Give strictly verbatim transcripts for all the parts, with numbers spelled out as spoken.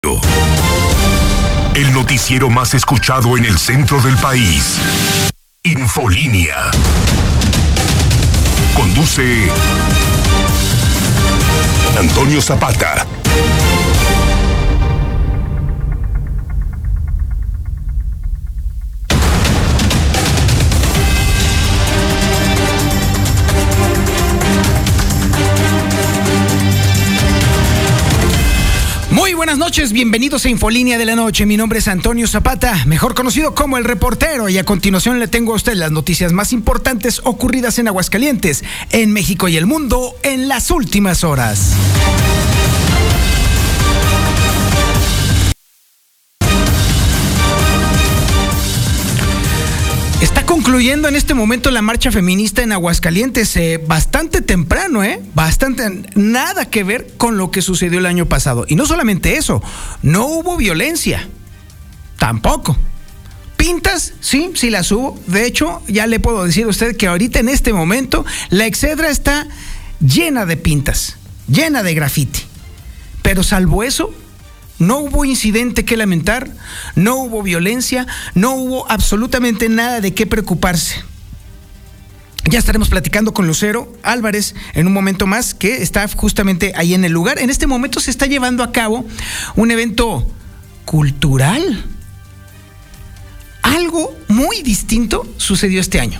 El noticiero más escuchado en el centro del país. Infolínea. Conduce Antonio Zapata. Muy buenas noches, bienvenidos a Infolínea de la Noche. Mi nombre es Antonio Zapata, mejor conocido como El Reportero, y a continuación le tengo a usted las noticias más importantes ocurridas en Aguascalientes, en México y el mundo en las últimas horas. Está concluyendo en este momento la marcha feminista en Aguascalientes, eh, bastante temprano, ¿eh? Bastante, nada que ver con lo que sucedió el año pasado. Y no solamente eso, no hubo violencia, tampoco. Pintas, sí, sí las hubo. De hecho, ya le puedo decir a usted que ahorita en este momento la Excedra está llena de pintas, llena de grafiti. Pero salvo eso, no hubo incidente que lamentar, no hubo violencia, no hubo absolutamente nada de qué preocuparse. Ya estaremos platicando con Lucero Álvarez en un momento más, que está justamente ahí en el lugar. En este momento se está llevando a cabo un evento cultural. Algo muy distinto sucedió este año.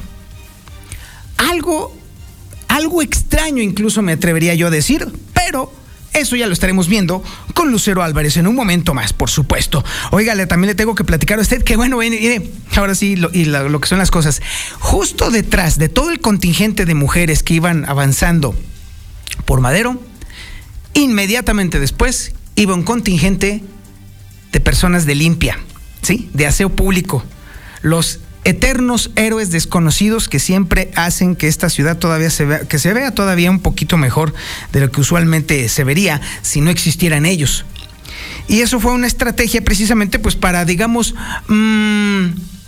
Algo, algo extraño incluso me atrevería yo a decir, pero eso ya lo estaremos viendo con Lucero Álvarez en un momento más, por supuesto. Óigale, también le tengo que platicar a usted que, bueno, mire, ahora sí, lo, y la, lo que son las cosas. Justo detrás de todo el contingente de mujeres que iban avanzando por Madero, inmediatamente después iba un contingente de personas de limpia, ¿sí? De aseo público. Los eternos héroes desconocidos que siempre hacen que esta ciudad todavía se vea, que se vea todavía un poquito mejor de lo que usualmente se vería si no existieran ellos. Y eso fue una estrategia precisamente pues para, digamos, mmm,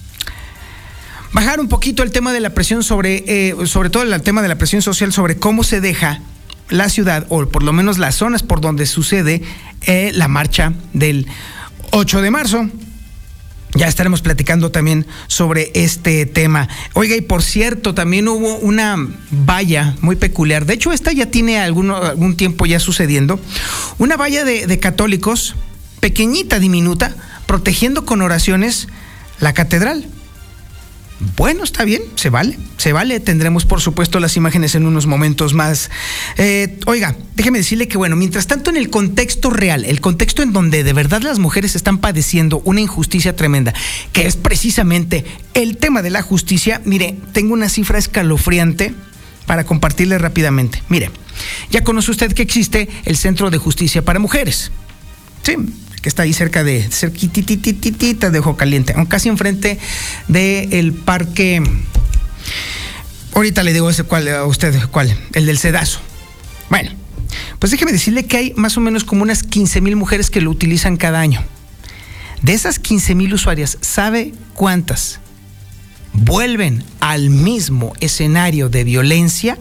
bajar un poquito el tema de la presión sobre, eh, sobre todo el tema de la presión social sobre cómo se deja la ciudad, o por lo menos las zonas por donde sucede eh, la marcha del ocho de marzo. Ya estaremos platicando también sobre este tema. Oiga, y por cierto, también hubo una valla muy peculiar. De hecho, esta ya tiene alguno, algún tiempo ya sucediendo. Una valla de, de católicos, pequeñita, diminuta, protegiendo con oraciones la catedral. Bueno, está bien, se vale, se vale. Tendremos, por supuesto, las imágenes en unos momentos más. Eh, oiga, déjeme decirle que, bueno, mientras tanto, en el contexto real, el contexto en donde de verdad las mujeres están padeciendo una injusticia tremenda, que es precisamente el tema de la justicia, mire, tengo una cifra escalofriante para compartirle rápidamente. Mire, ya conoce usted que existe el Centro de Justicia para Mujeres. Sí, que está ahí cerca de, cerquititititita de Ojo Caliente, casi enfrente del parque. Ahorita le digo ese cuál a usted, cuál, el del Cedazo. Bueno, pues déjeme decirle que hay más o menos como unas quince mil mujeres que lo utilizan cada año. De esas quince mil usuarias, ¿sabe cuántas vuelven al mismo escenario de violencia?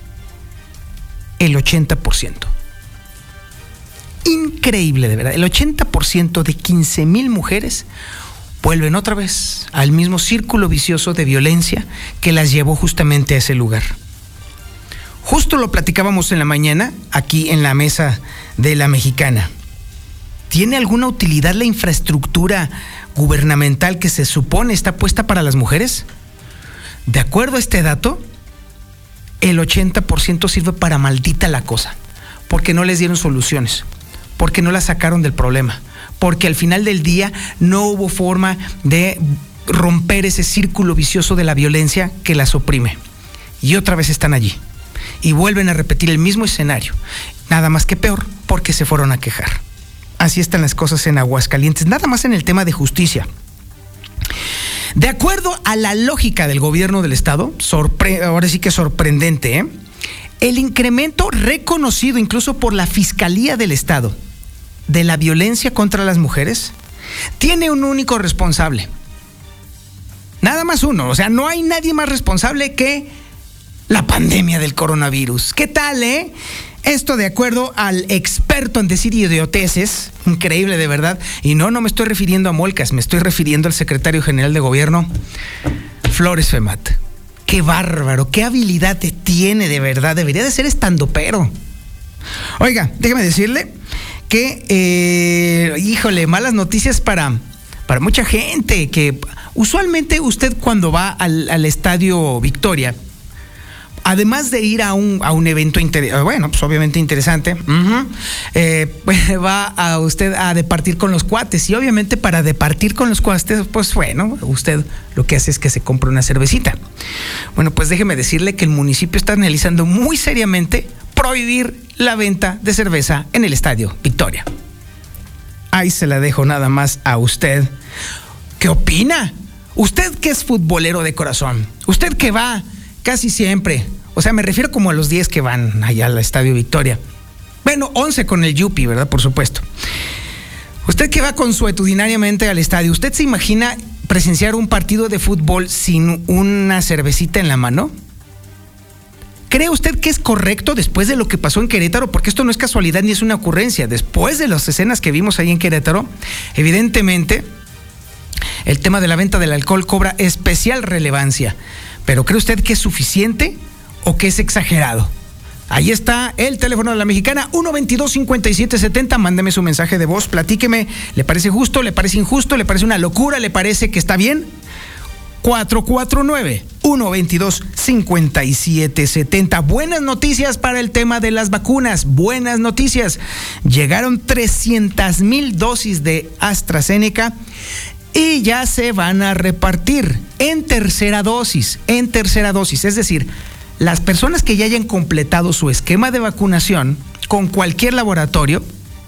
El ochenta por ciento. Increíble, de verdad. El ochenta por ciento de quince mil mujeres vuelven otra vez al mismo círculo vicioso de violencia que las llevó justamente a ese lugar. Justo lo platicábamos en la mañana aquí en la mesa de La Mexicana. ¿Tiene alguna utilidad la infraestructura gubernamental que se supone está puesta para las mujeres? De acuerdo a este dato, el ochenta por ciento sirve para maldita la cosa, porque no les dieron soluciones, porque no la sacaron del problema, porque al final del día no hubo forma de romper ese círculo vicioso de la violencia que las oprime. Y otra vez están allí y vuelven a repetir el mismo escenario, nada más que peor, porque se fueron a quejar. Así están las cosas en Aguascalientes, nada más en el tema de justicia. De acuerdo a la lógica del gobierno del estado, sorpre- ahora sí que sorprendente, ¿eh? El incremento reconocido incluso por la Fiscalía del Estado de la violencia contra las mujeres tiene un único responsable. Nada más uno, o sea, no hay nadie más responsable que la pandemia del coronavirus. ¿Qué tal, eh? Esto de acuerdo al experto en decir idioteces, increíble de verdad, y no, no me estoy refiriendo a Molcas, me estoy refiriendo al secretario general de gobierno, Flores Femat. Qué bárbaro, qué habilidad tiene de verdad, debería de ser estandopero. Oiga, déjeme decirle que, eh, híjole, malas noticias para, para mucha gente, que usualmente usted cuando va al, al Estadio Victoria, además de ir a un, a un evento, inter- bueno, pues obviamente interesante, uh-huh, eh, pues va a usted a departir con los cuates, y obviamente para departir con los cuates, pues bueno, usted lo que hace es que se compra una cervecita. Bueno, pues déjeme decirle que el municipio está analizando muy seriamente prohibir la venta de cerveza en el Estadio Victoria. Ahí se la dejo nada más a usted. ¿Qué opina? Usted que es futbolero de corazón, usted que va casi siempre, o sea, me refiero como a los diez que van allá al Estadio Victoria. Bueno, once con el Yupi, ¿verdad? Por supuesto. Usted que va consuetudinariamente al estadio, ¿usted se imagina presenciar un partido de fútbol sin una cervecita en la mano? ¿Cree usted que es correcto después de lo que pasó en Querétaro? Porque esto no es casualidad ni es una ocurrencia. Después de las escenas que vimos ahí en Querétaro, evidentemente, el tema de la venta del alcohol cobra especial relevancia. ¿Pero cree usted que es suficiente o que es exagerado? Ahí está el teléfono de la mexicana, uno veintidós cincuenta y siete setenta. Mándeme su mensaje de voz, platíqueme. ¿Le parece justo? ¿Le parece injusto? ¿Le parece una locura? ¿Le parece que está bien? cuatro cuatro nueve, uno veintidós cincuenta y siete setenta. Buenas noticias para el tema de las vacunas. Buenas noticias. Llegaron trescientas mil dosis de AstraZeneca y ya se van a repartir en tercera dosis, en tercera dosis. Es decir, las personas que ya hayan completado su esquema de vacunación con cualquier laboratorio,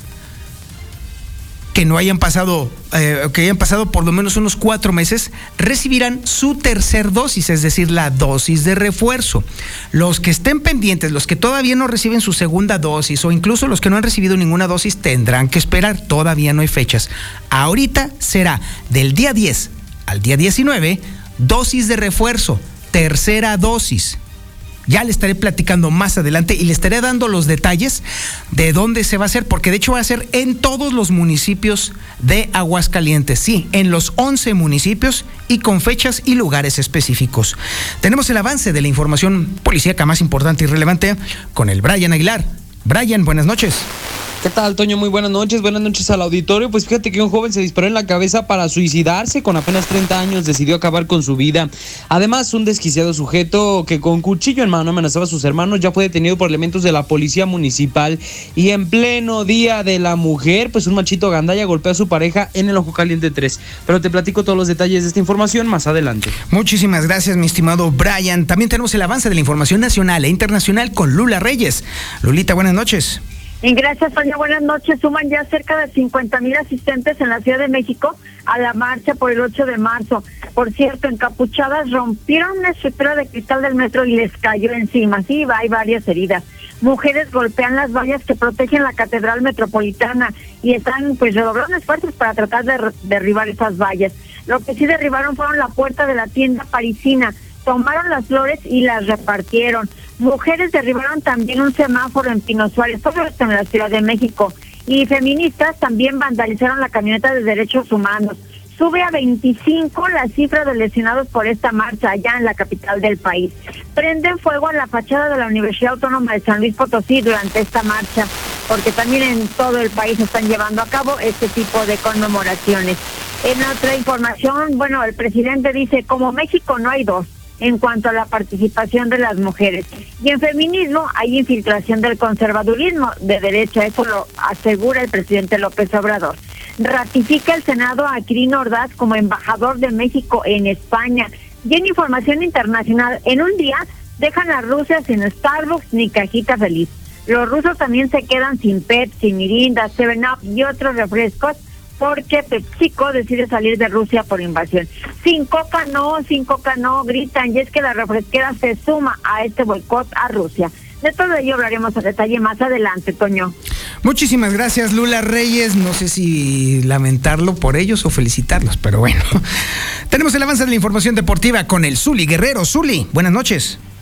que no hayan pasado, eh, que hayan pasado por lo menos unos cuatro meses, recibirán su tercer dosis, es decir, la dosis de refuerzo. Los que estén pendientes, los que todavía no reciben su segunda dosis, o incluso los que no han recibido ninguna dosis, tendrán que esperar. Todavía no hay fechas. Ahorita será del día diez al día diecinueve, dosis de refuerzo, tercera dosis. Ya le estaré platicando más adelante y le estaré dando los detalles de dónde se va a hacer, porque de hecho va a ser en todos los municipios de Aguascalientes, sí, en los once municipios y con fechas y lugares específicos. Tenemos el avance de la información policíaca más importante y relevante con el Brian Aguilar. Brian, buenas noches. ¿Qué tal, Toño? Muy buenas noches, buenas noches al auditorio. Pues fíjate que un joven se disparó en la cabeza para suicidarse. Con apenas treinta años decidió acabar con su vida. Además, un desquiciado sujeto que con cuchillo en mano amenazaba a sus hermanos ya fue detenido por elementos de la policía municipal. Y en pleno Día de la Mujer, pues un machito gandalla golpeó a su pareja en el Ojo Caliente tres. Pero te platico todos los detalles de esta información más adelante. Muchísimas gracias, mi estimado Brian. También tenemos el avance de la información nacional e internacional con Lula Reyes. Lulita, buenas noches. Gracias, Sonia. Buenas noches. Suman ya cerca de cincuenta mil asistentes en la Ciudad de México a la marcha por el ocho de marzo. Por cierto, encapuchadas rompieron una estructura de cristal del metro y les cayó encima. Sí, hay varias heridas. Mujeres golpean las vallas que protegen la Catedral Metropolitana y están pues redoblando esfuerzos para tratar de derribar esas vallas. Lo que sí derribaron fueron la puerta de la tienda parisina. Tomaron las flores y las repartieron. Mujeres derribaron también un semáforo en Pino Suárez, todo esto en la Ciudad de México. Y feministas también vandalizaron la camioneta de derechos humanos. Sube a veinticinco la cifra de lesionados por esta marcha allá en la capital del país. Prenden fuego a la fachada de la Universidad Autónoma de San Luis Potosí durante esta marcha, porque también en todo el país están llevando a cabo este tipo de conmemoraciones. En otra información, bueno, el presidente dice, como México no hay dos en cuanto a la participación de las mujeres. Y en feminismo hay infiltración del conservadurismo de derecha, eso lo asegura el presidente López Obrador. Ratifica el Senado a Quirino Ordaz como embajador de México en España. Y en información internacional, en un día dejan a Rusia sin Starbucks ni cajita feliz. Los rusos también se quedan sin Pepsi, Mirinda, Seven Up y otros refrescos, porque PepsiCo decide salir de Rusia por invasión. Sin coca no, sin coca no, gritan, y es que la refresquera se suma a este boicot a Rusia. De todo ello hablaremos a detalle más adelante, Toño. Muchísimas gracias, Lula Reyes. No sé si lamentarlo por ellos o felicitarlos, pero bueno. Tenemos el avance de la información deportiva con el Zuli Guerrero. Zuli, buenas noches.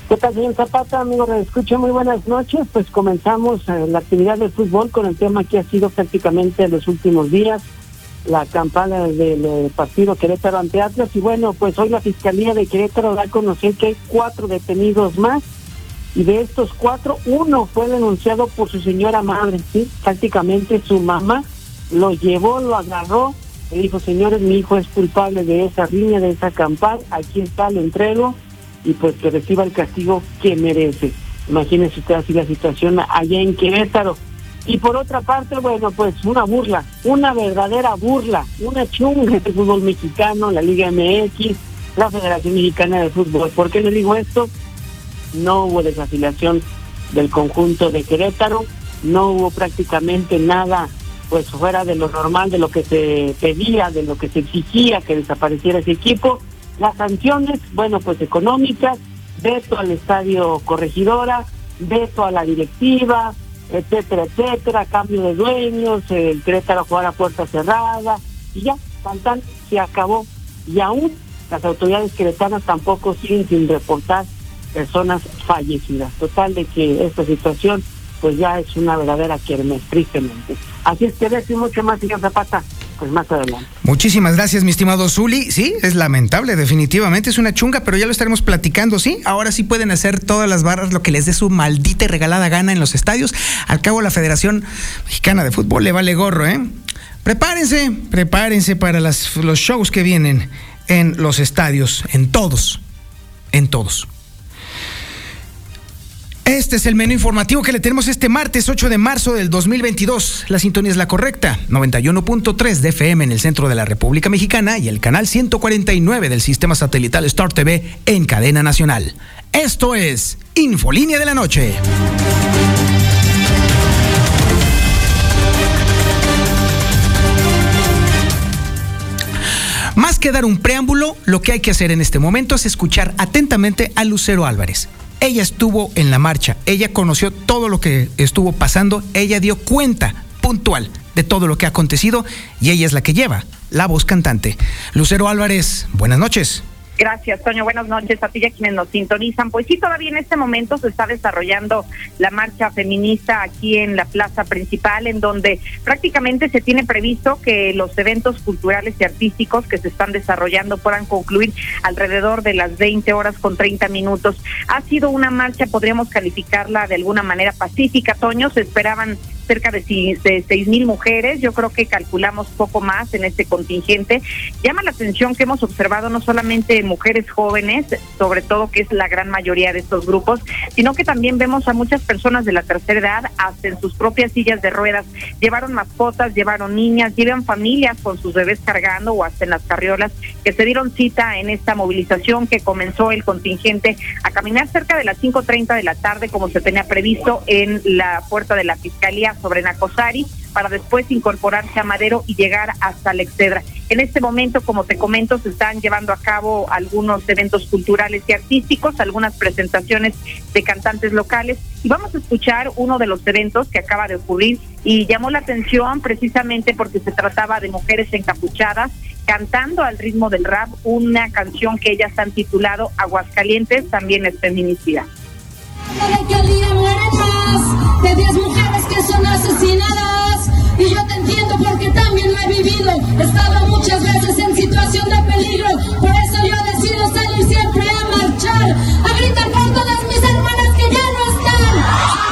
¿Qué tal, señor Zapata? Amigo, me escucha, muy buenas noches. Pues comenzamos eh, la actividad del fútbol con el tema que ha sido prácticamente los últimos días, la campaña del eh, partido Querétaro ante Atlas. Y bueno, pues hoy la Fiscalía de Querétaro da a conocer que hay cuatro detenidos más, y de estos cuatro, uno fue denunciado por su señora madre, ¿sí? Prácticamente su mamá lo llevó, lo agarró, le dijo: señores, mi hijo es culpable de esa riña, de esa campaña, aquí está, lo entrego, y pues que reciba el castigo que merece. Imagínense usted así la situación allá en Querétaro. Y por otra parte, bueno, pues una burla, una verdadera burla, una chunga del fútbol mexicano, la Liga M X, la Federación Mexicana de Fútbol. ¿Por qué le digo esto? No hubo desafiliación del conjunto de Querétaro, no hubo prácticamente nada pues fuera de lo normal, de lo que se pedía, de lo que se exigía que desapareciera ese equipo. Las sanciones, bueno, pues económicas, veto al Estadio Corregidora, veto a la directiva, etcétera, etcétera, cambio de dueños, el Querétaro jugar a puerta cerrada, y ya, tan tan, se acabó. Y aún las autoridades queretanas tampoco siguen sin reportar personas fallecidas. Total de que esta situación pues ya es una verdadera kermés, tristemente. Así es que decir mucho más, señor Zapata, pues más adelante. Muchísimas gracias, mi estimado Zuli. Sí, es lamentable, definitivamente es una chunga, pero ya lo estaremos platicando, ¿sí? Ahora sí pueden hacer todas las barras lo que les dé su maldita y regalada gana en los estadios. Al cabo, la Federación Mexicana de Fútbol le vale gorro, ¿eh? Prepárense, prepárense para las, los shows que vienen en los estadios, en todos, en todos. Este es el menú informativo que le tenemos este martes ocho de marzo del dos mil veintidós. La sintonía es la correcta, noventa y uno punto tres de F M en el centro de la República Mexicana y el canal ciento cuarenta y nueve del sistema satelital Star T V en cadena nacional. Esto es Infolínea de la Noche. Más que dar un preámbulo, lo que hay que hacer en este momento es escuchar atentamente a Lucero Álvarez. Ella estuvo en la marcha, ella conoció todo lo que estuvo pasando, ella dio cuenta puntual de todo lo que ha acontecido y ella es la que lleva la voz cantante. Lucero Álvarez, buenas noches. Gracias, Toño. Buenas noches a ti y a quienes nos sintonizan. Pues sí, todavía en este momento se está desarrollando la marcha feminista aquí en la plaza principal, en donde prácticamente se tiene previsto que los eventos culturales y artísticos que se están desarrollando puedan concluir alrededor de las veinte horas con treinta minutos. Ha sido una marcha, podríamos calificarla de alguna manera pacífica, Toño. Se esperaban cerca de, de seis mil mujeres, yo creo que calculamos poco más en este contingente. Llama la atención que hemos observado no solamente mujeres jóvenes, sobre todo que es la gran mayoría de estos grupos, sino que también vemos a muchas personas de la tercera edad, hasta en sus propias sillas de ruedas. Llevaron mascotas, llevaron niñas, llevan familias con sus bebés cargando o hasta en las carriolas, que se dieron cita en esta movilización que comenzó el contingente a caminar cerca de las cinco treinta de la tarde, como se tenía previsto, en la puerta de la Fiscalía sobre Nacosari, para después incorporarse a Madero y llegar hasta la Excedra. En este momento, como te comento, se están llevando a cabo algunos eventos culturales y artísticos, algunas presentaciones de cantantes locales, y vamos a escuchar uno de los eventos que acaba de ocurrir y llamó la atención precisamente porque se trataba de mujeres encapuchadas cantando al ritmo del rap una canción que ellas han titulado Aguascalientes también es feminicida. De que al día mueren más de diez mujeres que son asesinadas, y yo te entiendo porque también lo he vivido. He estado muchas veces en situación de peligro, por eso yo decido salir siempre a marchar, a gritar por todas mis hermanas que ya no están.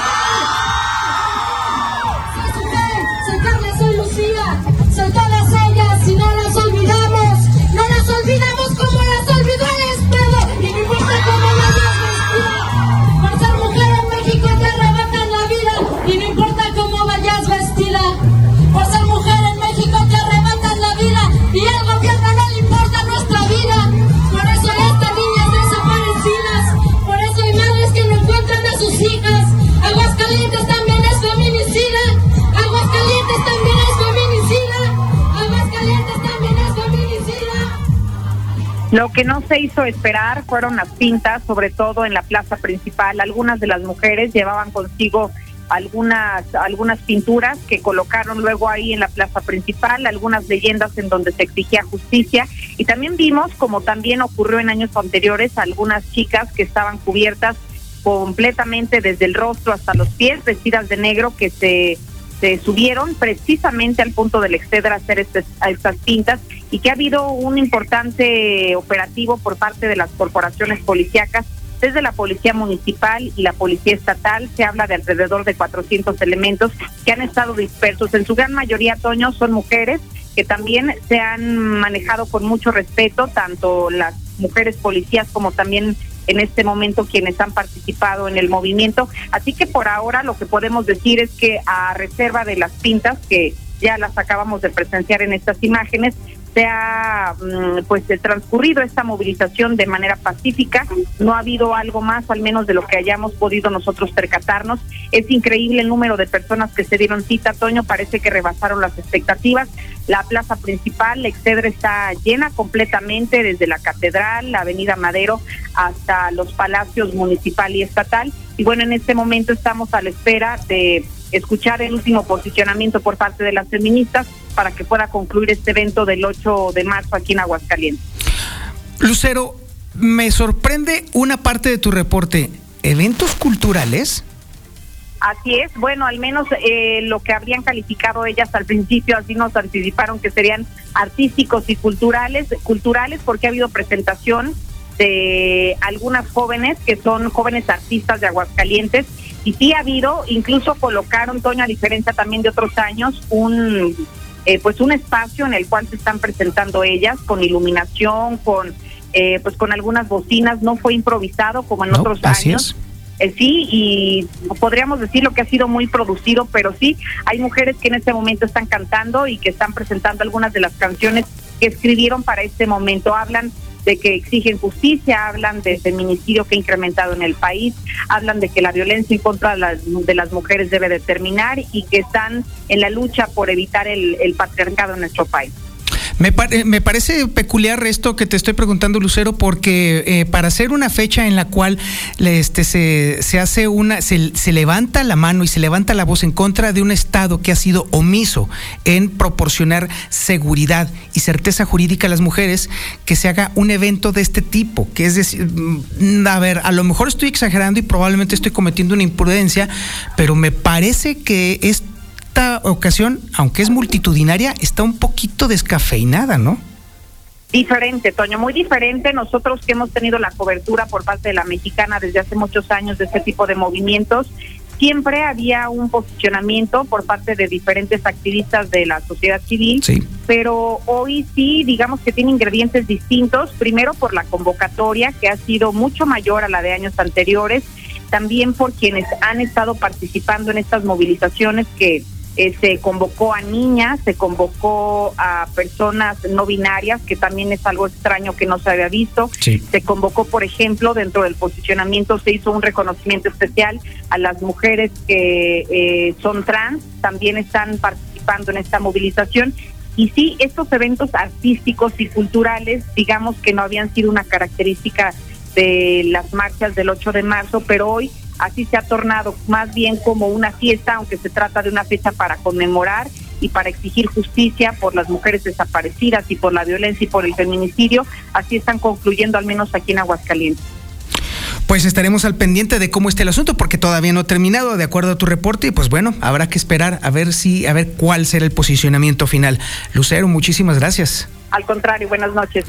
Soy su fe, soy Carla, soy Lucía, soy todas ellas y no las olvidamos, no las olvidamos como las olvidó el Estado, y no importa cómo las vestidas, por ser mujer en México te arrebatan la vida, y no importa cómo vayas vestida, por ser mujer en México te arrebatan la vida, y al gobierno no le importa nuestra vida. Por eso hay hasta niñas desaparecidas, por eso hay madres que no encuentran a sus hijas. Aguascalientes también es feminicida, Aguascalientes también es feminicida, Aguascalientes también es feminicida. Lo que no se hizo esperar fueron las pintas, sobre todo en la plaza principal. Algunas de las mujeres llevaban consigo algunas algunas pinturas que colocaron luego ahí en la plaza principal, algunas leyendas en donde se exigía justicia, y también vimos, como también ocurrió en años anteriores, algunas chicas que estaban cubiertas completamente desde el rostro hasta los pies, vestidas de negro, que se, se subieron precisamente al punto del Excedra a hacer este, a estas pintas, y que ha habido un importante operativo por parte de las corporaciones policíacas, desde la Policía Municipal y la Policía Estatal. Se habla de alrededor de cuatrocientos elementos que han estado dispersos. En su gran mayoría, Toño, son mujeres que también se han manejado con mucho respeto, tanto las mujeres policías como también en este momento quienes han participado en el movimiento. Así que por ahora lo que podemos decir es que, a reserva de las pintas, que ya las acabamos de presenciar en estas imágenes, se ha pues transcurrido esta movilización de manera pacífica. No ha habido algo más, al menos de lo que hayamos podido nosotros percatarnos. Es increíble el número de personas que se dieron cita, Toño, parece que rebasaron las expectativas. La plaza principal, la Excedra, está llena completamente, desde la Catedral, la Avenida Madero, hasta los palacios municipal y estatal. Y bueno, en este momento estamos a la espera de escuchar el último posicionamiento por parte de las feministas para que pueda concluir este evento del ocho de marzo aquí en Aguascalientes. Lucero, me sorprende una parte de tu reporte. ¿Eventos culturales? Así es, bueno, al menos eh, lo que habrían calificado ellas al principio, así nos anticiparon que serían artísticos y culturales, culturales porque ha habido presentación de algunas jóvenes que son jóvenes artistas de Aguascalientes, y sí ha habido, incluso colocaron, Toño, a diferencia también de otros años, un eh, pues un espacio en el cual se están presentando ellas, con iluminación, con eh, pues con algunas bocinas. No fue improvisado como en no, otros años. Eh, sí, y podríamos decir lo que ha sido muy producido, pero sí, hay mujeres que en este momento están cantando y que están presentando algunas de las canciones que escribieron para este momento. Hablan de que exigen justicia, hablan del feminicidio que ha incrementado en el país, hablan de que la violencia en contra de las, de las mujeres debe de terminar, y que están en la lucha por evitar el, el patriarcado en nuestro país. Me, pare, me parece peculiar esto que te estoy preguntando, Lucero, porque eh, para hacer una fecha en la cual este, se, se hace una, se, se levanta la mano y se levanta la voz en contra de un Estado que ha sido omiso en proporcionar seguridad y certeza jurídica a las mujeres, que se haga un evento de este tipo, que es decir, a ver, a lo mejor estoy exagerando y probablemente estoy cometiendo una imprudencia, pero me parece que es esta ocasión, aunque es multitudinaria, está un poquito descafeinada, ¿no? Diferente, Toño, muy diferente. Nosotros que hemos tenido la cobertura por parte de la Mexicana desde hace muchos años de este tipo de movimientos, siempre había un posicionamiento por parte de diferentes activistas de la sociedad civil, sí. Pero hoy sí, digamos que tiene ingredientes distintos, primero por la convocatoria, que ha sido mucho mayor a la de años anteriores, también por quienes han estado participando en estas movilizaciones, que Eh, se convocó a niñas, se convocó a personas no binarias, que también es algo extraño que no se había visto. Sí. Se convocó, por ejemplo, dentro del posicionamiento se hizo un reconocimiento especial a las mujeres que eh, son trans, también están participando en esta movilización. Y sí, estos eventos artísticos y culturales, digamos que no habían sido una característica de las marchas del ocho de marzo, pero hoy así se ha tornado más bien como una fiesta, aunque se trata de una fecha para conmemorar y para exigir justicia por las mujeres desaparecidas y por la violencia y por el feminicidio. Así están concluyendo, al menos aquí en Aguascalientes. Pues estaremos al pendiente de cómo esté el asunto, porque todavía no ha terminado, de acuerdo a tu reporte, y pues bueno, habrá que esperar a ver si, a ver cuál será el posicionamiento final. Lucero, muchísimas gracias. Al contrario, buenas noches.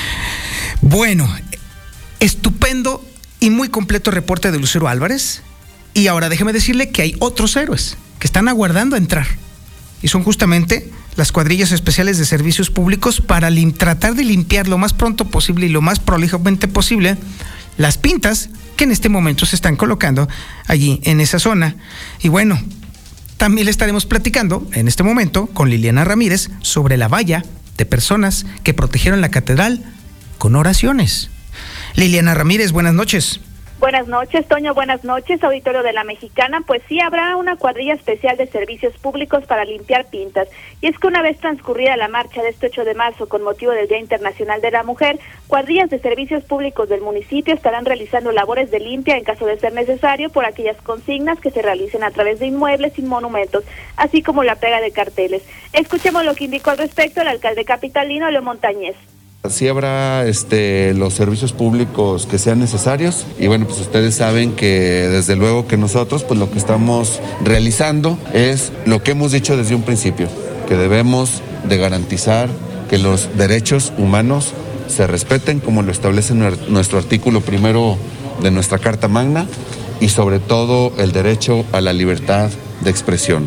Bueno, estupendo y muy completo reporte de Lucero Álvarez. Y ahora déjeme decirle que hay otros héroes que están aguardando a entrar. Y son justamente las cuadrillas especiales de servicios públicos para lim- tratar de limpiar lo más pronto posible y lo más prolijamente posible las pintas que en este momento se están colocando allí en esa zona. Y bueno, también le estaremos platicando en este momento con Liliana Ramírez sobre la valla de personas que protegieron la catedral con oraciones. Liliana Ramírez, buenas noches. Buenas noches, Toño, buenas noches, auditorio de la Mexicana. Pues sí, habrá una cuadrilla especial de servicios públicos para limpiar pintas. Y es que una vez transcurrida la marcha de este ocho de marzo con motivo del Día Internacional de la Mujer, cuadrillas de servicios públicos del municipio estarán realizando labores de limpia en caso de ser necesario por aquellas consignas que se realicen a través de inmuebles y monumentos, así como la pega de carteles. Escuchemos lo que indicó al respecto el alcalde capitalino, Leo Montañez. Sí habrá este, los servicios públicos que sean necesarios y bueno, pues ustedes saben que desde luego que nosotros pues lo que estamos realizando es lo que hemos dicho desde un principio, que debemos de garantizar que los derechos humanos se respeten como lo establece nuestro artículo primero de nuestra Carta Magna y sobre todo el derecho a la libertad de expresión.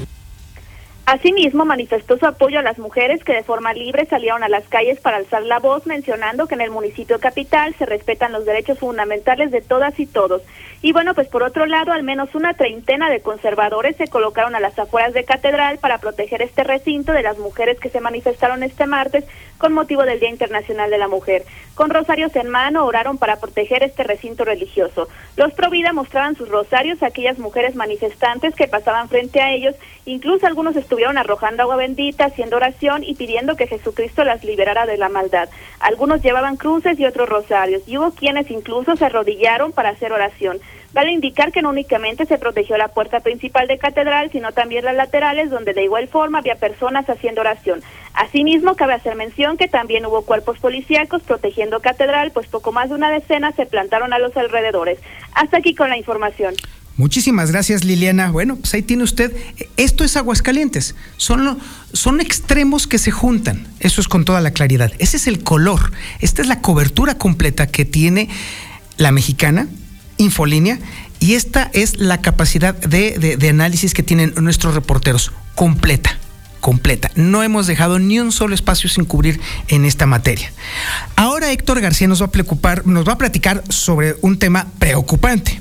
Asimismo, manifestó su apoyo a las mujeres que de forma libre salieron a las calles para alzar la voz, mencionando que en el municipio capital se respetan los derechos fundamentales de todas y todos. Y bueno, pues por otro lado, al menos una treintena de conservadores se colocaron a las afueras de Catedral para proteger este recinto de las mujeres que se manifestaron este martes con motivo del Día Internacional de la Mujer. Con rosarios en mano, oraron para proteger este recinto religioso. Los Provida mostraban sus rosarios a aquellas mujeres manifestantes que pasaban frente a ellos, incluso algunos estuvieron arrojando agua bendita, haciendo oración y pidiendo que Jesucristo las liberara de la maldad. Algunos llevaban cruces y otros rosarios, y hubo quienes incluso se arrodillaron para hacer oración. Vale indicar que no únicamente se protegió la puerta principal de Catedral, sino también las laterales, donde de igual forma había personas haciendo oración. Asimismo, cabe hacer mención que también hubo cuerpos policíacos protegiendo Catedral, pues poco más de una decena se plantaron a los alrededores. Hasta aquí con la información. Muchísimas gracias, Liliana. Bueno, pues ahí tiene usted. Esto es Aguascalientes. Son, son extremos que se juntan. Eso es con toda la claridad. Ese es el color. Esta es la cobertura completa que tiene La Mexicana, Infolínea, y esta es la capacidad de, de, de análisis que tienen nuestros reporteros. Completa. completa. No hemos dejado ni un solo espacio sin cubrir en esta materia. Ahora Héctor García nos va a preocupar, nos va a platicar sobre un tema preocupante.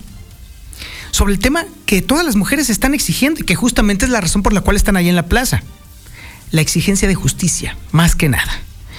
Sobre el tema que todas las mujeres están exigiendo y que justamente es la razón por la cual están ahí en la plaza. La exigencia de justicia, más que nada.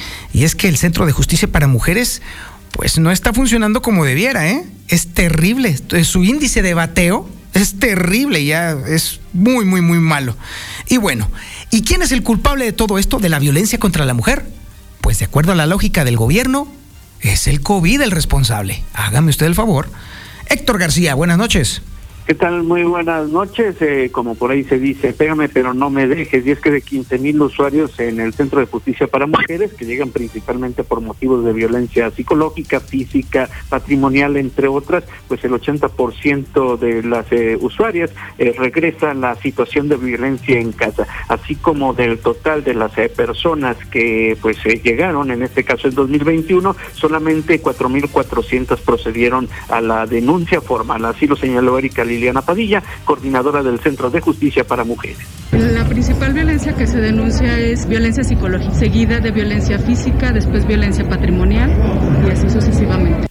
Y es que el Centro de Justicia para Mujeres, pues no está funcionando como debiera, ¿eh? Es terrible. Su índice de bateo es terrible, ya es muy, muy, muy malo. Y bueno, ¿y quién es el culpable de todo esto, de la violencia contra la mujer? Pues de acuerdo a la lógica del gobierno, es el COVID el responsable. Hágame usted el favor. Héctor García, buenas noches. ¿Qué tal? Muy buenas noches. Eh, como por ahí se dice, pégame pero no me dejes. Y es que de quince mil usuarios en el Centro de Justicia para Mujeres, que llegan principalmente por motivos de violencia psicológica, física, patrimonial, entre otras, pues el ochenta por ciento de las eh, usuarias eh, regresa a la situación de violencia en casa, así como del total de las eh, personas que pues eh, llegaron, en este caso el dos mil veintiuno, solamente cuatro mil cuatrocientos procedieron a la denuncia formal. Así lo señaló Erika Liliana Padilla, coordinadora del Centro de Justicia para Mujeres. La principal violencia que se denuncia es violencia psicológica, seguida de violencia física, después violencia patrimonial y así sucesivamente.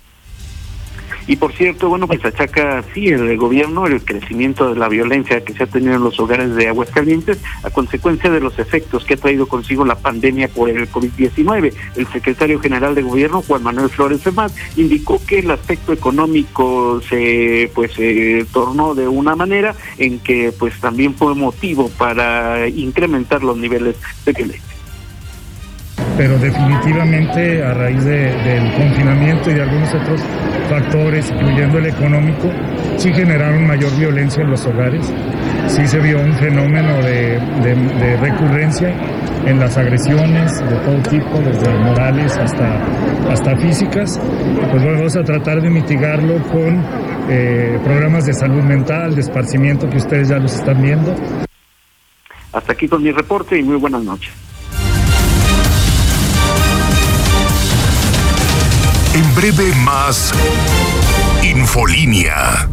Y por cierto, bueno, pues achaca sí el gobierno el crecimiento de la violencia que se ha tenido en los hogares de Aguascalientes a consecuencia de los efectos que ha traído consigo la pandemia por el COVID diecinueve. El secretario general de gobierno, Juan Manuel Flores Femat, indicó que el aspecto económico se pues se tornó de una manera en que pues también fue motivo para incrementar los niveles de violencia. Pero definitivamente a raíz de, del confinamiento y de algunos otros factores, incluyendo el económico, sí generaron mayor violencia en los hogares, sí se vio un fenómeno de, de, de recurrencia en las agresiones de todo tipo, desde morales hasta, hasta físicas. Pues bueno, vamos a tratar de mitigarlo con eh, programas de salud mental, de esparcimiento que ustedes ya los están viendo. Hasta aquí con mi reporte y muy buenas noches. En breve más Infolínea.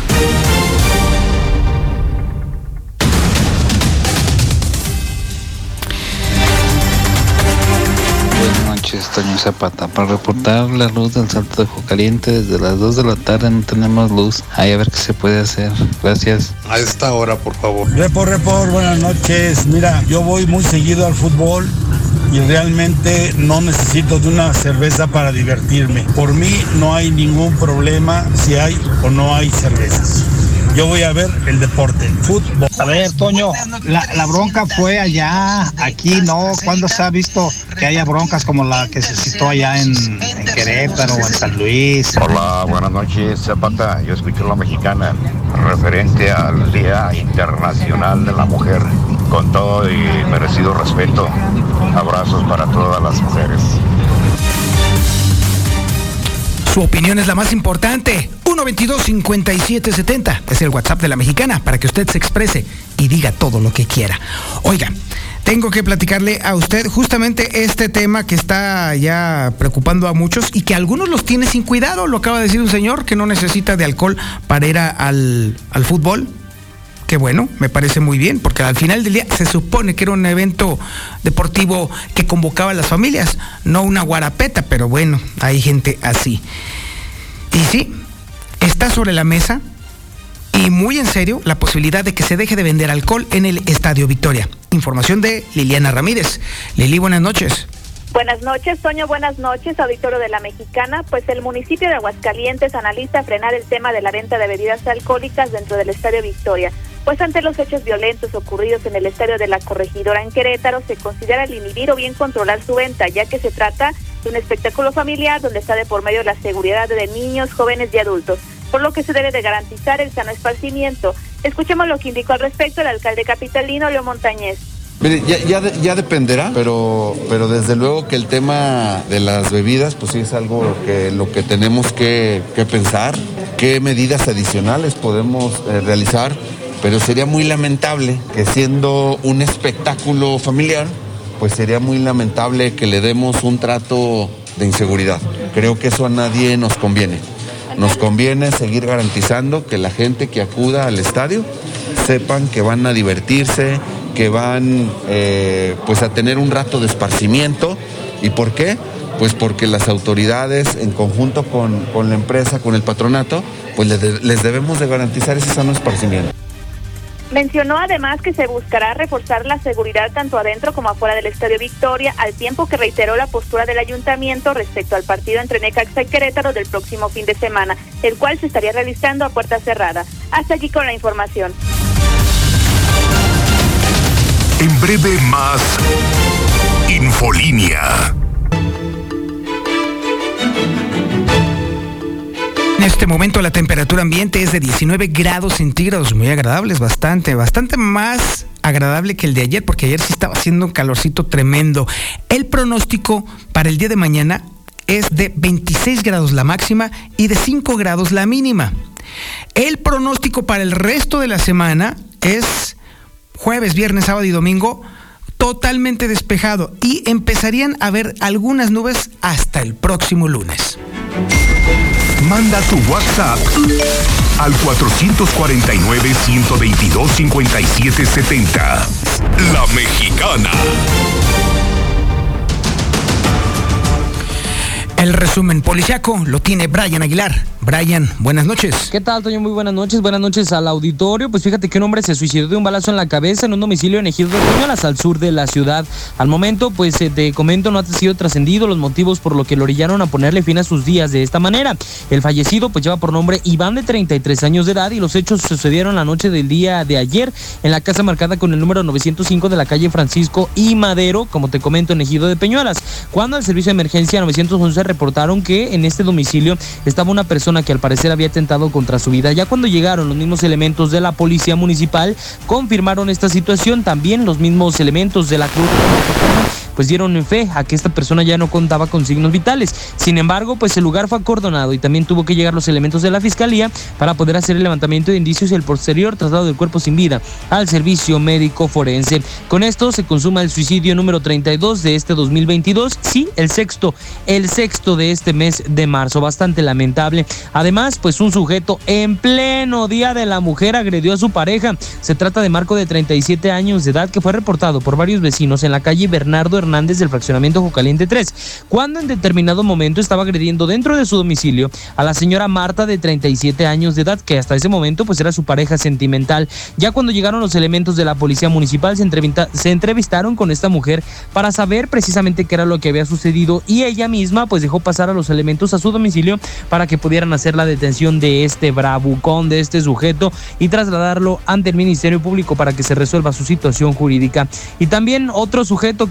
Buenas noches, Toño Zapata. Para reportar la luz del Salto de Ojo Caliente, desde las dos de la tarde no tenemos luz. Ahí a ver qué se puede hacer. Gracias. A esta hora, por favor. Report, report, buenas noches. Mira, yo voy muy seguido al fútbol y realmente no necesito de una cerveza para divertirme. Por mí no hay ningún problema si hay o no hay cervezas. Yo voy a ver el deporte, el fútbol. A ver, Toño, la, la bronca fue allá, aquí no. ¿Cuándo se ha visto que haya broncas como la que se citó allá en, en Querétaro o en San Luis? Hola, buenas noches, Zapata. Yo escucho La Mexicana, referente al Día Internacional de la Mujer. Con todo y merecido respeto, abrazos para todas las mujeres. Su opinión es la más importante. uno veintidós cincuenta y siete setenta es el WhatsApp de La Mexicana para que usted se exprese y diga todo lo que quiera. Oiga, tengo que platicarle a usted justamente este tema que está ya preocupando a muchos y que algunos los tiene sin cuidado. Lo acaba de decir un señor que no necesita de alcohol para ir a, al, al fútbol. Que bueno, me parece muy bien, porque al final del día se supone que era un evento deportivo que convocaba a las familias, no una guarapeta, pero bueno, hay gente así. Y sí, está sobre la mesa, y muy en serio, la posibilidad de que se deje de vender alcohol en el Estadio Victoria. Información de Liliana Ramírez. Lili, buenas noches. Buenas noches, Toño, buenas noches, auditorio de La Mexicana. Pues el municipio de Aguascalientes analiza frenar el tema de la venta de bebidas alcohólicas dentro del Estadio Victoria. Pues ante los hechos violentos ocurridos en el Estadio de la Corregidora en Querétaro, se considera el inhibir o bien controlar su venta, ya que se trata de un espectáculo familiar donde está de por medio la seguridad de niños, jóvenes y adultos, por lo que se debe de garantizar el sano esparcimiento. Escuchemos lo que indicó al respecto el alcalde capitalino, Leo Montañez. Mire, ya, ya, ya dependerá, pero, pero desde luego que el tema de las bebidas, pues sí es algo que lo que tenemos que, que pensar, qué medidas adicionales podemos eh, realizar, pero sería muy lamentable que siendo un espectáculo familiar, pues sería muy lamentable que le demos un trato de inseguridad. Creo que eso a nadie nos conviene. Nos conviene seguir garantizando que la gente que acuda al estadio sepan que van a divertirse, que van eh, pues a tener un rato de esparcimiento. ¿Y por qué? Pues porque las autoridades en conjunto con, con la empresa, con el patronato, pues les, de, les debemos de garantizar ese sano esparcimiento. Mencionó además que se buscará reforzar la seguridad tanto adentro como afuera del Estadio Victoria, al tiempo que reiteró la postura del ayuntamiento respecto al partido entre Necaxa y Querétaro del próximo fin de semana, el cual se estaría realizando a puerta cerrada. Hasta aquí con la información. En breve más Infolínea. En este momento la temperatura ambiente es de diecinueve grados centígrados, muy agradables, bastante, bastante más agradable que el de ayer, porque ayer sí estaba haciendo un calorcito tremendo. El pronóstico para el día de mañana es de veintiséis grados la máxima y de cinco grados la mínima. El pronóstico para el resto de la semana es jueves, viernes, sábado y domingo totalmente despejado y empezarían a haber algunas nubes hasta el próximo lunes. Manda tu WhatsApp al cuatro cuatro nueve, uno dos dos, cinco siete siete cero. La Mexicana. El resumen policiaco lo tiene Brian Aguilar. Brian, buenas noches. ¿Qué tal, Toño? Muy buenas noches. Buenas noches al auditorio. Pues fíjate que un hombre se suicidó de un balazo en la cabeza en un domicilio en Ejido de Peñuelas, al sur de la ciudad. Al momento, pues te comento, no ha sido trascendido los motivos por lo que lo orillaron a ponerle fin a sus días de esta manera. El fallecido pues lleva por nombre Iván, de treinta y tres años de edad, y los hechos sucedieron la noche del día de ayer en la casa marcada con el número novecientos cinco de la calle Francisco y Madero, como te comento, en Ejido de Peñuelas, cuando al servicio de emergencia novecientos once reportaron que en este domicilio estaba una persona que al parecer había atentado contra su vida. Ya cuando llegaron los mismos elementos de la policía municipal, confirmaron esta situación. También los mismos elementos de la Cruz pues dieron fe a que esta persona ya no contaba con signos vitales. Sin embargo, pues el lugar fue acordonado y también tuvo que llegar los elementos de la fiscalía para poder hacer el levantamiento de indicios y el posterior traslado del cuerpo sin vida al servicio médico forense. Con esto se consuma el suicidio número treinta y dos de este dos mil veintidós, sí, el sexto, el sexto de este mes de marzo, bastante lamentable. Además, pues un sujeto en pleno Día de la Mujer agredió a su pareja. Se trata de Marco, de treinta y siete años de edad, que fue reportado por varios vecinos en la calle Bernardo Hernández del fraccionamiento Jocaliente tres, cuando en determinado momento estaba agrediendo dentro de su domicilio a la señora Marta, de treinta y siete años de edad, que hasta ese momento pues era su pareja sentimental. Ya cuando llegaron los elementos de la policía municipal, se, entrevista, se entrevistaron con esta mujer para saber precisamente qué era lo que había sucedido, y ella misma pues dejó pasar a los elementos a su domicilio para que pudieran hacer la detención de este bravucón, de este sujeto, y trasladarlo ante el Ministerio Público para que se resuelva su situación jurídica. Y también otro sujeto que andaba de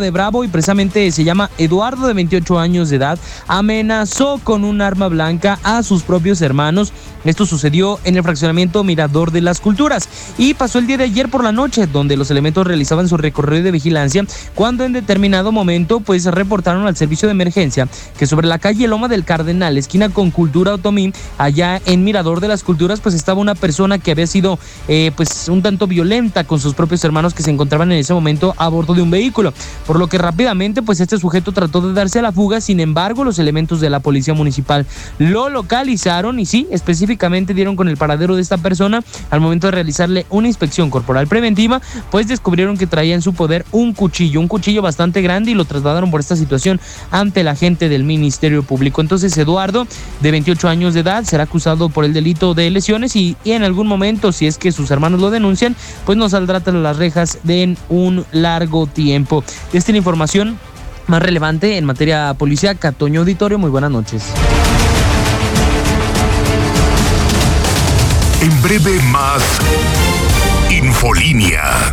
de Bravo y precisamente se llama Eduardo, de veintiocho años de edad, amenazó con un arma blanca a sus propios hermanos. Esto sucedió en el fraccionamiento Mirador de las Culturas y pasó el día de ayer por la noche, donde los elementos realizaban su recorrido de vigilancia, cuando en determinado momento pues reportaron al servicio de emergencia que sobre la calle Loma del Cardenal, esquina con Cultura Otomí, allá en Mirador de las Culturas, pues estaba una persona que había sido eh, pues un tanto violenta con sus propios hermanos que se encontraban en ese momento a bordo de un vehículo, por lo que rápidamente pues este sujeto trató de darse a la fuga. Sin embargo, los elementos de la policía municipal lo localizaron y sí, específicamente dieron con el paradero de esta persona. Al momento de realizarle una inspección corporal preventiva, pues descubrieron que traía en su poder un cuchillo, un cuchillo bastante grande, y lo trasladaron por esta situación ante la gente del Ministerio Público. Entonces, Eduardo, de veintiocho años de edad, será acusado por el delito de lesiones y, y en algún momento, si es que sus hermanos lo denuncian, pues no saldrá tras las rejas de en un largo tiempo. Esta es la información más relevante en materia policíaca. Toño Auditorio, muy buenas noches. En breve más Infolínea.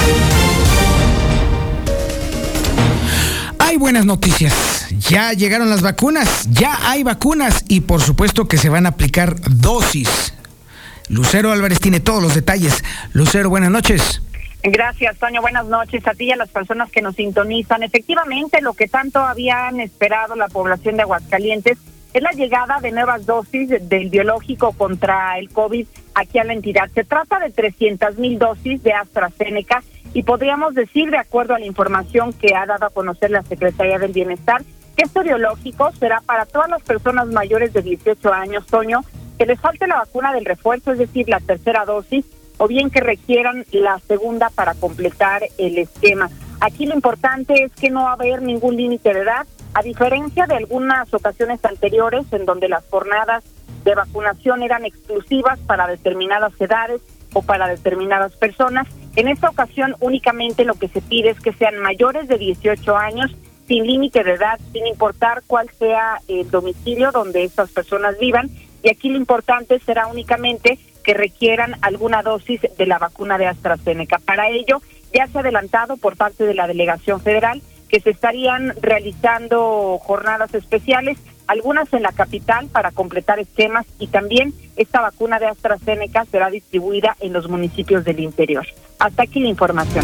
Hay buenas noticias. Ya llegaron las vacunas, ya hay vacunas y por supuesto que se van a aplicar dosis. Lucero Álvarez tiene todos los detalles. Lucero, buenas noches. Gracias, Toño. Buenas noches a ti y a las personas que nos sintonizan. Efectivamente, lo que tanto habían esperado la población de Aguascalientes es la llegada de nuevas dosis del biológico contra el COVID aquí a la entidad. Se trata de trescientas mil dosis de AstraZeneca y podríamos decir, de acuerdo a la información que ha dado a conocer la Secretaría del Bienestar, que este biológico será para todas las personas mayores de dieciocho años, Toño, que les falte la vacuna del refuerzo, es decir, la tercera dosis, o bien que requieran la segunda para completar el esquema. Aquí lo importante es que no va a haber ningún límite de edad, a diferencia de algunas ocasiones anteriores en donde las jornadas de vacunación eran exclusivas para determinadas edades o para determinadas personas. En esta ocasión únicamente lo que se pide es que sean mayores de dieciocho años, sin límite de edad, sin importar cuál sea el domicilio donde estas personas vivan, y aquí lo importante será únicamente que requieran alguna dosis de la vacuna de AstraZeneca. Para ello, ya se ha adelantado por parte de la Delegación Federal que se estarían realizando jornadas especiales, algunas en la capital para completar esquemas, y también esta vacuna de AstraZeneca será distribuida en los municipios del interior. Hasta aquí la información.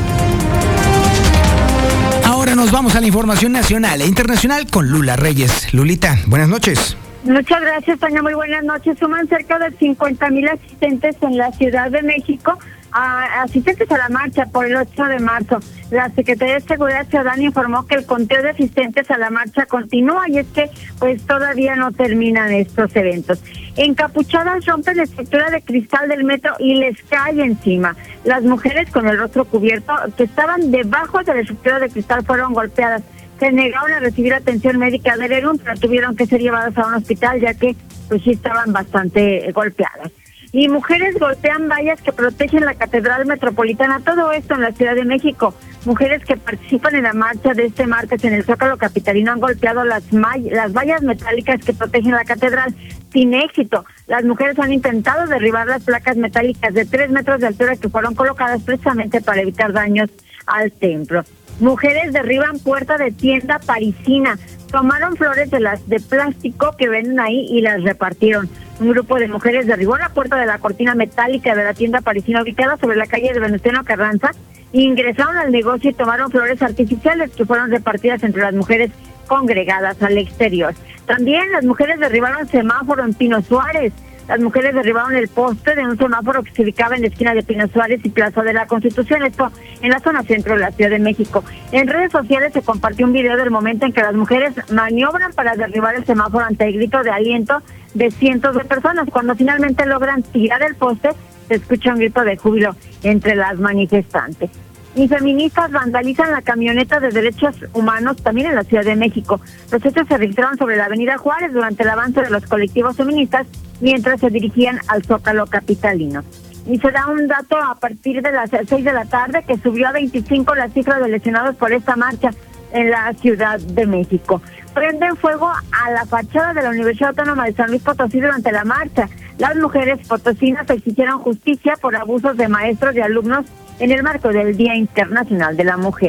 Ahora nos vamos a la información nacional e internacional con Lula Reyes. Lulita, buenas noches. Muchas gracias, Toña. Muy buenas noches. Suman cerca de cincuenta mil asistentes en la Ciudad de México, a, asistentes a la marcha por el ocho de marzo. La Secretaría de Seguridad Ciudadana informó que el conteo de asistentes a la marcha continúa, y es que pues todavía no terminan estos eventos. Encapuchadas rompen la estructura de cristal del metro y les cae encima. Las mujeres con el rostro cubierto que estaban debajo de la estructura de cristal fueron golpeadas. Se negaron a recibir atención médica del ERUM, pero tuvieron que ser llevadas a un hospital ya que pues sí estaban bastante golpeadas. Y mujeres golpean vallas que protegen la Catedral Metropolitana, todo esto en la Ciudad de México. Mujeres que participan en la marcha de este martes en el Zócalo capitalino han golpeado las, las vallas metálicas que protegen la catedral sin éxito. Las mujeres han intentado derribar las placas metálicas de tres metros de altura que fueron colocadas precisamente para evitar daños al templo. Mujeres derriban puerta de tienda parisina, tomaron flores de las de plástico que venden ahí y las repartieron. Un grupo de mujeres derribó la puerta de la cortina metálica de la tienda parisina ubicada sobre la calle de Venustiano Carranza, ingresaron al negocio y tomaron flores artificiales que fueron repartidas entre las mujeres congregadas al exterior. También las mujeres derribaron semáforo en Pino Suárez. Las mujeres derribaron el poste de un semáforo que se ubicaba en la esquina de Pino Suárez y Plaza de la Constitución, esto en la zona centro de la Ciudad de México. En redes sociales se compartió un video del momento en que las mujeres maniobran para derribar el semáforo ante el grito de aliento de cientos de personas. Cuando finalmente logran tirar el poste, se escucha un grito de júbilo entre las manifestantes. Y feministas vandalizan la camioneta de derechos humanos también en la Ciudad de México. Los hechos se registraron sobre la avenida Juárez durante el avance de los colectivos feministas mientras se dirigían al Zócalo capitalino. Y se da un dato a partir de las seis de la tarde que subió a veinticinco la cifra de lesionados por esta marcha en la Ciudad de México. Prenden fuego a la fachada de la Universidad Autónoma de San Luis Potosí durante la marcha. Las mujeres potosinas exigieron justicia por abusos de maestros y alumnos en el marco del Día Internacional de la Mujer.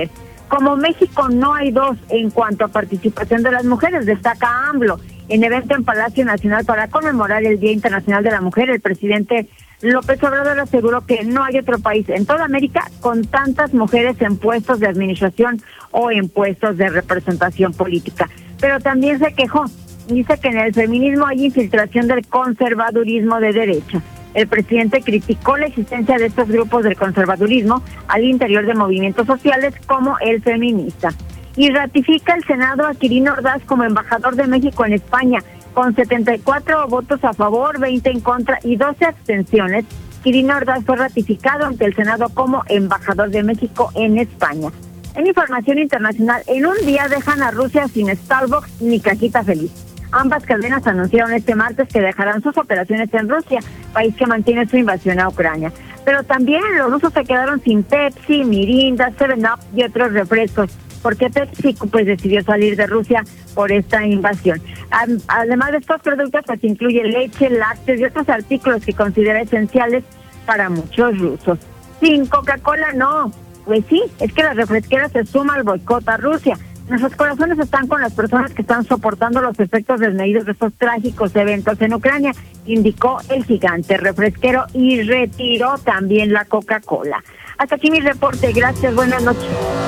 Como México no hay dos en cuanto a participación de las mujeres, destaca AMLO. En evento en Palacio Nacional para conmemorar el Día Internacional de la Mujer, el presidente López Obrador aseguró que no hay otro país en toda América con tantas mujeres en puestos de administración o en puestos de representación política. Pero también se quejó, dice que en el feminismo hay infiltración del conservadurismo de derecha. El presidente criticó la existencia de estos grupos del conservadurismo al interior de movimientos sociales como el feminista. Y ratifica el Senado a Quirino Ordaz como embajador de México en España, con setenta y cuatro votos a favor, veinte en contra y doce abstenciones. Quirino Ordaz fue ratificado ante el Senado como embajador de México en España. En información internacional, en un día dejan a Rusia sin Starbucks ni cajita feliz. Ambas cadenas anunciaron este martes que dejarán sus operaciones en Rusia, país que mantiene su invasión a Ucrania. Pero también los rusos se quedaron sin Pepsi, Mirinda, Seven Up y otros refrescos, porque Pepsi pues decidió salir de Rusia por esta invasión. Además de estos productos, pues incluye leche, lácteos y otros artículos que considera esenciales para muchos rusos. Sin Coca-Cola no, pues sí, es que la refresquera se suma al boicot a Rusia. Nuestros corazones están con las personas que están soportando los efectos desmedidos de estos trágicos eventos en Ucrania, indicó el gigante refresquero y retiró también la Coca-Cola. Hasta aquí mi reporte, gracias, buenas noches.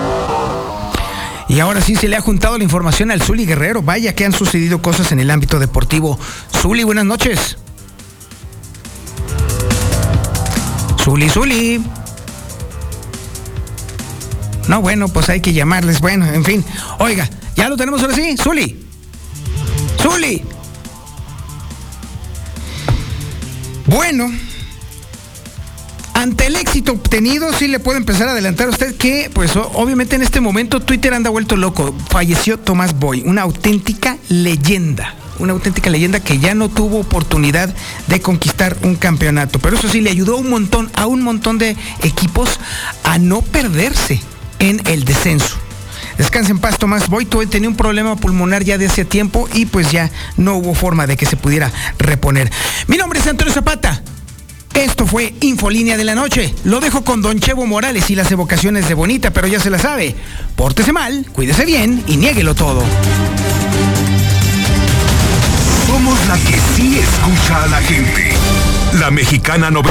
Y ahora sí se le ha juntado la información al Zuli Guerrero. Vaya que han sucedido cosas en el ámbito deportivo. Zuli, buenas noches. Zuli, Zuli. No, bueno, pues hay que llamarles. Bueno, en fin. Oiga, ¿ya lo tenemos ahora sí? Zuli. Zuli. Bueno. Ante el éxito obtenido, sí le puedo empezar a adelantar a usted que, pues obviamente en este momento Twitter anda vuelto loco. Falleció Tomás Boy, una auténtica leyenda. Una auténtica leyenda que ya no tuvo oportunidad de conquistar un campeonato. Pero eso sí, le ayudó un montón, a un montón de equipos a no perderse en el descenso. Descansa en paz, Tomás Boy. Tenía un problema pulmonar ya de hace tiempo y pues ya no hubo forma de que se pudiera reponer. Mi nombre es Antonio Zapata. Esto fue Infolínea de la Noche. Lo dejo con Don Chevo Morales y las evocaciones de Bonita, pero ya se la sabe. Pórtese mal, cuídese bien y niéguelo todo. Somos la que sí escucha a la gente. La Mexicana noventa.